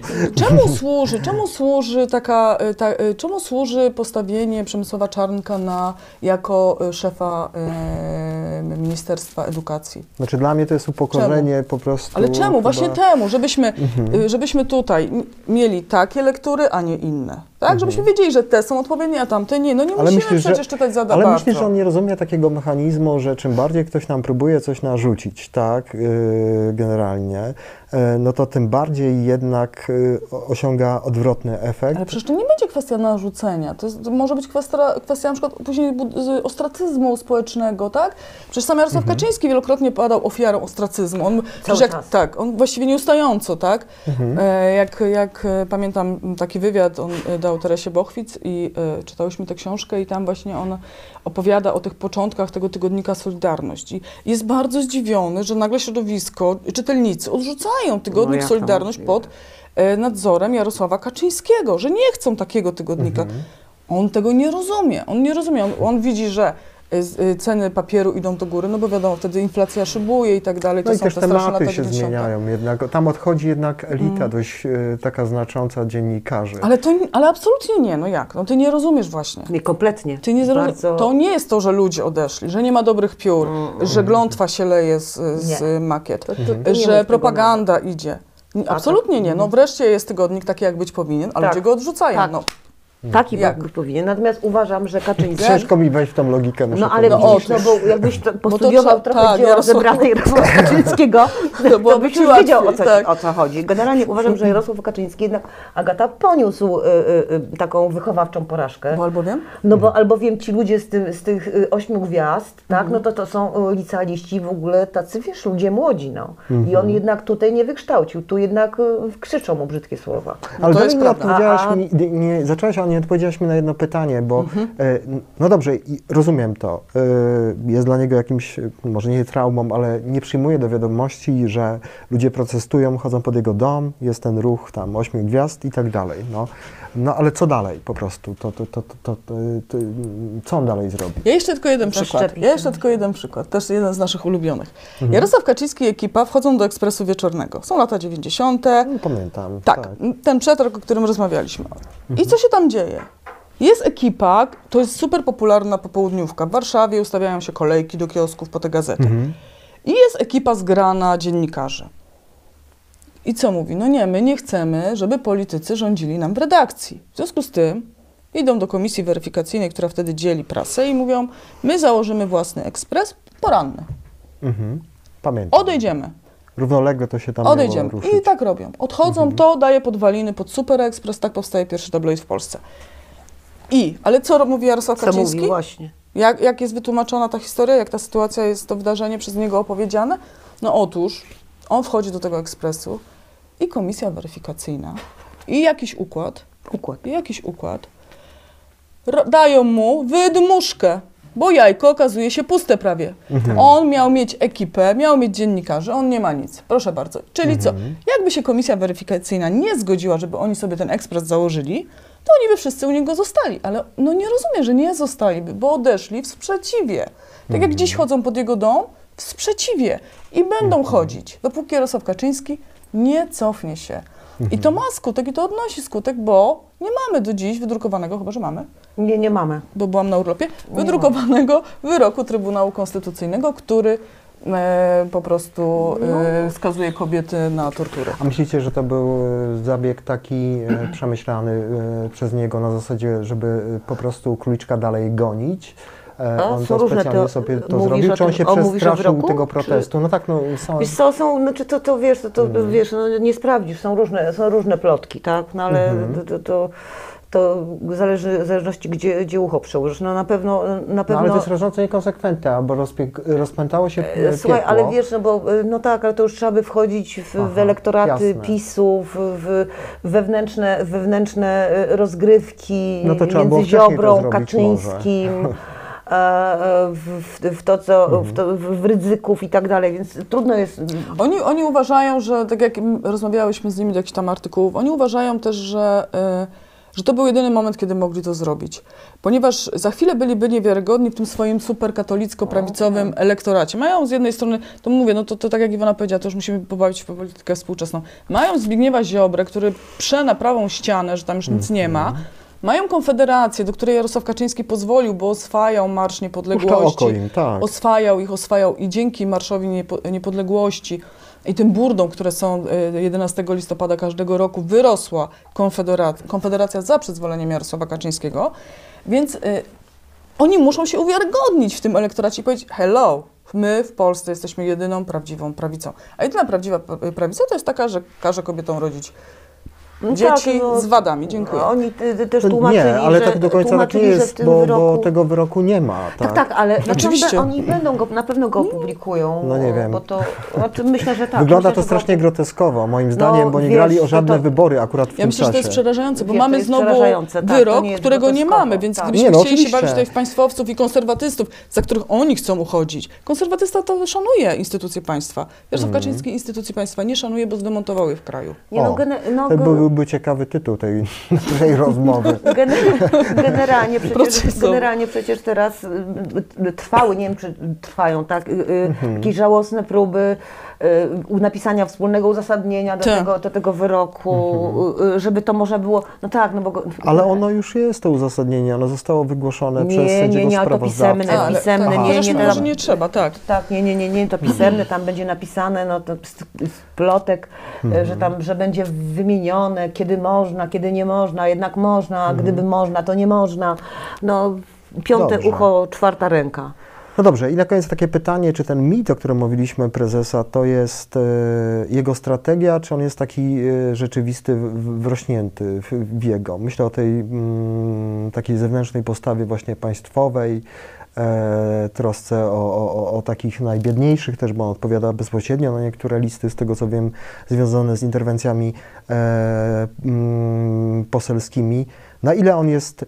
Czemu służy postawienie Przemysława Czarnka jako szefa Ministerstwa Edukacji? Znaczy dla mnie to jest upokorzenie po prostu. Ale czemu? Chyba... Właśnie temu, żebyśmy tutaj mieli takie lektury, a nie inne. Tak? Żebyśmy wiedzieli, że te są odpowiednie, a tamte nie. No nie musimy przecież czytać za bardzo. Ale myślisz, że on nie rozumie takiego mechanizmu, że czym bardziej ktoś nam próbuje coś narzucić, tak, generalnie, no to tym bardziej jednak osiąga odwrotny efekt. Ale przecież to nie będzie kwestia narzucenia. To może być kwestia na przykład później ostracyzmu społecznego, tak? Przecież sam Jarosław Kaczyński wielokrotnie padał ofiarą ostracyzmu. On właściwie nieustająco, tak? Jak pamiętam taki wywiad, on dał Teresie Bochwic i czytałyśmy tę książkę i tam właśnie on opowiada o tych początkach tego tygodnika Solidarność. I jest bardzo zdziwiony, że nagle środowisko, czytelnicy odrzucają tygodnik Solidarność pod nadzorem Jarosława Kaczyńskiego, że nie chcą takiego tygodnika. On tego nie rozumie. On widzi, że ceny papieru idą do góry, no bo wiadomo, wtedy inflacja szybuje i tak dalej. No i też tematy się zmieniają jednak. Tam odchodzi jednak elita dość taka znacząca dziennikarzy. Ale absolutnie nie, no jak? No ty nie rozumiesz właśnie. Nie, kompletnie. Ty nie To nie jest to, że ludzie odeszli, że nie ma dobrych piór, że glątwa się leje z makiet, że propaganda idzie. Absolutnie nie. No wreszcie jest tygodnik taki, jak być powinien, a ludzie go odrzucają. Tak. No. Taki Jak? bank powinien. Natomiast uważam, że Kaczyński... Ciężko mi wejść w tą logikę, muszę No ale powiedzieć. widzisz, no bo jakbyś to postudiował trzeba- trochę tak, dzieła Jarosław- zebrane Jarosława Kaczyńskiego, to byłoby byś ci już wiedział łatwiej, tak. o co chodzi. Generalnie uważam, że Jarosław Kaczyński jednak, Agata, poniósł taką wychowawczą porażkę. Bo albowiem? No bo albowiem ci ludzie z tych 8 gwiazd, tak, no to są licealiści w ogóle tacy, wiesz, ludzie młodzi, no. I on jednak tutaj nie wykształcił, tu jednak krzyczą mu brzydkie słowa. Ale to dalej jest nie prawda. odpowiedziałaś mi, zaczęłaś, ale nie odpowiedziałaś mi na jedno pytanie, bo no dobrze, rozumiem to. Jest dla niego jakimś, może nie traumą, ale nie przyjmuje do wiadomości, że ludzie protestują, chodzą pod jego dom, jest ten ruch tam 8 gwiazd i tak dalej. No ale co dalej po prostu? Co on dalej zrobi? Ja jeszcze tylko jeden przykład. Też jeden z naszych ulubionych. Jarosław Kaczyński i ekipa wchodzą do Ekspresu Wieczornego. Są lata 90. No, pamiętam. Tak, ten przetarg, o którym rozmawialiśmy. I co się tam dzieje? Jest ekipa, to jest super popularna popołudniówka. W Warszawie ustawiają się kolejki do kiosków po te gazety. I jest ekipa zgrana dziennikarzy. I co mówi? No nie, my nie chcemy, żeby politycy rządzili nam w redakcji. W związku z tym idą do komisji weryfikacyjnej, która wtedy dzieli prasę i mówią, my założymy własny ekspres poranny. Pamiętam. Odejdziemy. Równolegle to się tam Odejdziemy. miało ruszyć. I tak robią. Odchodzą, to daje podwaliny pod Super Ekspres, tak powstaje pierwszy tabloid w Polsce. Ale co mówi Jarosław Co Kaczyński? mówi właśnie. Jak jest wytłumaczona ta historia, jak ta sytuacja jest, to wydarzenie przez niego opowiedziane? No otóż, on wchodzi do tego ekspresu i komisja weryfikacyjna i jakiś układ dają mu wydmuszkę, bo jajko okazuje się puste prawie. On miał mieć ekipę, miał mieć dziennikarzy, on nie ma nic. Proszę bardzo. Czyli co? Jakby się komisja weryfikacyjna nie zgodziła, żeby oni sobie ten ekspres założyli, to oni by wszyscy u niego zostali. Ale no nie rozumiem, że nie zostaliby, bo odeszli w sprzeciwie. Tak jak dziś chodzą pod jego dom, w sprzeciwie. I będą chodzić, dopóki Jarosław Kaczyński nie cofnie się. I to ma skutek, i to odnosi skutek, bo nie mamy do dziś wydrukowanego, chyba że mamy, Nie mamy. bo byłam na urlopie, wydrukowanego wyroku Trybunału Konstytucyjnego, który po prostu skazuje kobiety na torturę. A myślicie, że to był zabieg taki przemyślany przez niego na zasadzie, żeby po prostu króliczka dalej gonić? On są to różne specjalnie to- sobie to mówisz zrobił, o czy on tym- się mówisz o przestraszył wyroku, tego czy- protestu? No tak, no są... Wiesz co, znaczy to wiesz, wiesz, no nie sprawdzisz, są różne plotki, tak, no ale to zależy, w zależności gdzie ucho przełożysz. No na pewno... No, ale to jest rażąco niekonsekwentne, bo rozpętało się Słuchaj, piekło. ale wiesz, no bo no tak, ale to już trzeba by wchodzić w elektoraty jasne. PiS-u, w wewnętrzne rozgrywki No to trzeba było między wcześniej to Ziobrą, zrobić Kaczyńskim, w Rydzyków i tak dalej, więc trudno jest... Oni uważają, że tak jak rozmawiałyśmy z nimi do jakichś tam artykułów, oni uważają też, że to był jedyny moment, kiedy mogli to zrobić. Ponieważ za chwilę byliby niewiarygodni w tym swoim superkatolicko-prawicowym elektoracie. Mają z jednej strony, to mówię, no to tak jak Iwona powiedziała, to już musimy pobawić w politykę współczesną. Mają Zbigniewa Ziobrę, który prze na prawą ścianę, że tam już nic nie ma. Mają Konfederację, do której Jarosław Kaczyński pozwolił, bo oswajał Marsz Niepodległości. Puszcza oko im, tak. Oswajał i dzięki Marszowi Niepodległości i tym burdom, które są 11 listopada każdego roku, wyrosła Konfederacja za przyzwoleniem Jarosława Kaczyńskiego, więc oni muszą się uwiarygodnić w tym elektoracie i powiedzieć hello, my w Polsce jesteśmy jedyną prawdziwą prawicą. A jedyna prawdziwa prawica to jest taka, że każe kobietom rodzić dzieci z wadami. Dziękuję. Oni też tłumaczyli, Nie, ale że, tak do końca tak nie że w jest, tym bo wyroku... tego wyroku nie ma. Tak, ale Oczywiście. oni będą go, na pewno go opublikują. No nie wiem. Bo to, znaczy myślę, że tak. Wygląda myślę, to że strasznie groteskowo, moim zdaniem, bo nie wiesz, grali o to- żadne to- wybory akurat w Ja tym myślę, że to jest czasie. przerażające, bo Wiesz, to mamy jest znowu przerażające, tak, to wyrok, nie jest którego nie groteskowo, mamy, więc tak. gdybyśmy Nie, no chcieli się oczywiście. bawić tutaj w państwowców i konserwatystów, za których oni chcą uchodzić. Konserwatysta to szanuje instytucje państwa. Jarosław Kaczyński instytucji państwa nie szanuje, bo zdemontował je w kraju. Nie, no, To byłby ciekawy tytuł tej rozmowy. Generalnie przecież teraz trwały, nie wiem czy trwają, tak, takie żałosne próby napisania wspólnego uzasadnienia do tego wyroku, żeby to można było, no tak, no bo... Ale ono już jest, to uzasadnienie, ono zostało wygłoszone przez sędziego ale to sprawozdawcę. pisemne, Chociaż nie, może nie trzeba, tak. Tak, nie, to pisemne, tam będzie napisane, no to z plotek, że tam, że będzie wymienione mówione, kiedy można, kiedy nie można, jednak można, a gdyby można, to nie można. No, piąte Dobrze. ucho, czwarta ręka. No dobrze, i na koniec takie pytanie, czy ten mit, o którym mówiliśmy, prezesa, to jest jego strategia, czy on jest taki rzeczywisty, wrośnięty w jego? Myślę o tej takiej zewnętrznej postawie właśnie państwowej, trosce o takich najbiedniejszych też, bo on odpowiada bezpośrednio na niektóre listy, z tego co wiem, związane z interwencjami poselskimi. Na ile on jest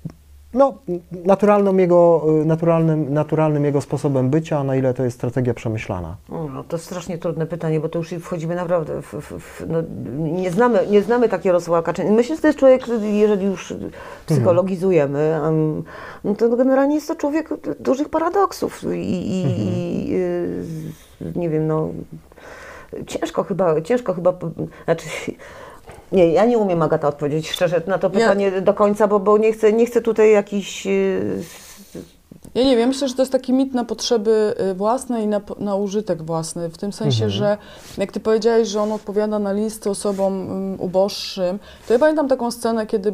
naturalnym jego sposobem bycia, a na ile to jest strategia przemyślana? No, to strasznie trudne pytanie, bo to już wchodzimy naprawdę no, nie znamy takiego Jarosława Kaczyńskiego. Myślę, że to jest człowiek, jeżeli już psychologizujemy, no to generalnie jest to człowiek dużych paradoksów i nie wiem, no ciężko chyba, znaczy nie, ja nie umiem, Agata, odpowiedzieć szczerze na to pytanie do końca, bo nie chcę tutaj jakiś... Ja nie wiem, myślę, że to jest taki mit na potrzeby własne i na użytek własny, w tym sensie, że jak ty powiedziałeś, że on odpowiada na listy osobom uboższym, to ja pamiętam taką scenę, kiedy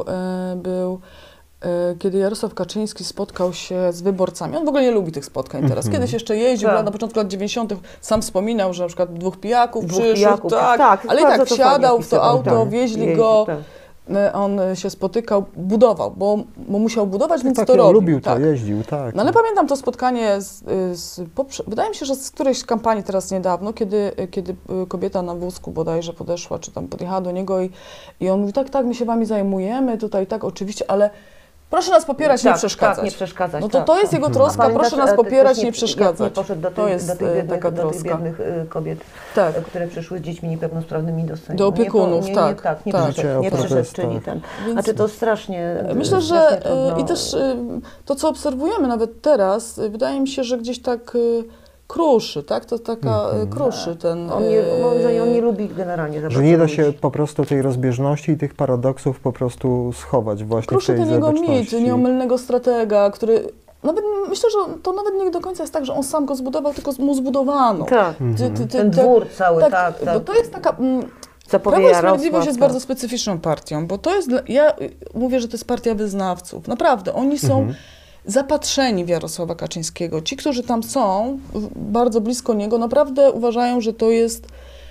kiedy Jarosław Kaczyński spotkał się z wyborcami. On w ogóle nie lubi tych spotkań teraz. Kiedyś jeszcze jeździł, na początku lat 90. sam wspominał, że na przykład dwóch pijaków przyszło, ale i tak wsiadał w to auto, wieźli go, on się spotykał, budował, bo musiał budować, więc to robił. Lubił to, jeździł, tak. No ale pamiętam to spotkanie wydaje mi się, że z którejś kampanii teraz niedawno, kiedy kobieta na wózku bodajże podeszła, czy tam podjechała do niego i on mówi, tak, my się wami zajmujemy, tutaj tak, oczywiście, ale proszę nas popierać, nie przeszkadzać. Tak, nie przeszkadzać. No to jest jego troska, proszę nas popierać, nie przeszkadzać. Nie poszedł do tych biednych kobiet, które przyszły z dziećmi niepełnosprawnymi do Sejmu. Do opiekunów, nie przyszedł, czyli ten. Znaczy to strasznie. Myślę, że i też to, co obserwujemy nawet teraz, wydaje mi się, że gdzieś tak kruszy, tak? To taka kruszy ten... On nie lubi generalnie. Że nie da się po prostu tej rozbieżności i tych paradoksów po prostu schować właśnie kruszy w tej ten jego zewnętrzności. mit nieomylnego stratega, który... Myślę, że to nawet nie do końca jest tak, że on sam go zbudował, tylko mu zbudowano. Tak, ten dwór cały, tak. Bo to jest taka... Prawo i Sprawiedliwość jest bardzo specyficzną partią, bo to jest... Ja mówię, że to jest partia wyznawców. Naprawdę, oni są... zapatrzeni w Jarosława Kaczyńskiego. Ci, którzy tam są, bardzo blisko niego, naprawdę uważają, że to jest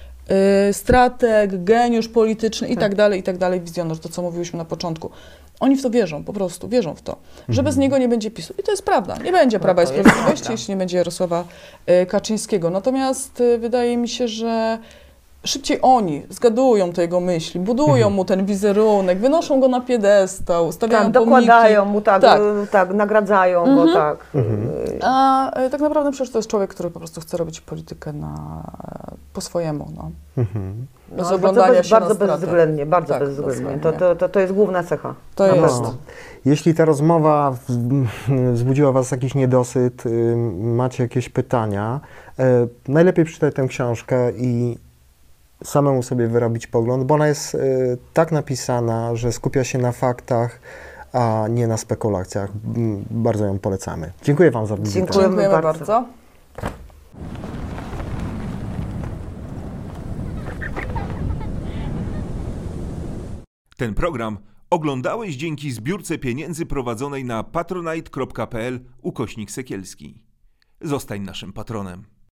strateg, geniusz polityczny i tak dalej, wizjoner, to co mówiliśmy na początku. Oni w to wierzą, po prostu wierzą w to, że bez niego nie będzie PiS-u. I to jest prawda. Nie będzie Prawa i Sprawiedliwości, jeśli nie będzie Jarosława Kaczyńskiego. Natomiast wydaje mi się, że szybciej oni zgadują te jego myśli, budują mu ten wizerunek, wynoszą go na piedestał, stawiają dokładają mu, nagradzają go, A tak naprawdę przecież to jest człowiek, który po prostu chce robić politykę po swojemu, bez oglądania się bardzo bezwzględnie, bezwzględnie. To jest główna cecha. To jest. Jeśli ta rozmowa wzbudziła was jakiś niedosyt, macie jakieś pytania, najlepiej przeczytać tę książkę i samemu sobie wyrobić pogląd, bo ona jest tak napisana, że skupia się na faktach, a nie na spekulacjach. Bardzo ją polecamy. Dziękuję wam za wizytę. Dziękujemy bardzo. Ten program oglądałeś dzięki zbiórce pieniędzy prowadzonej na patronite.pl/Sekielski. Zostań naszym patronem.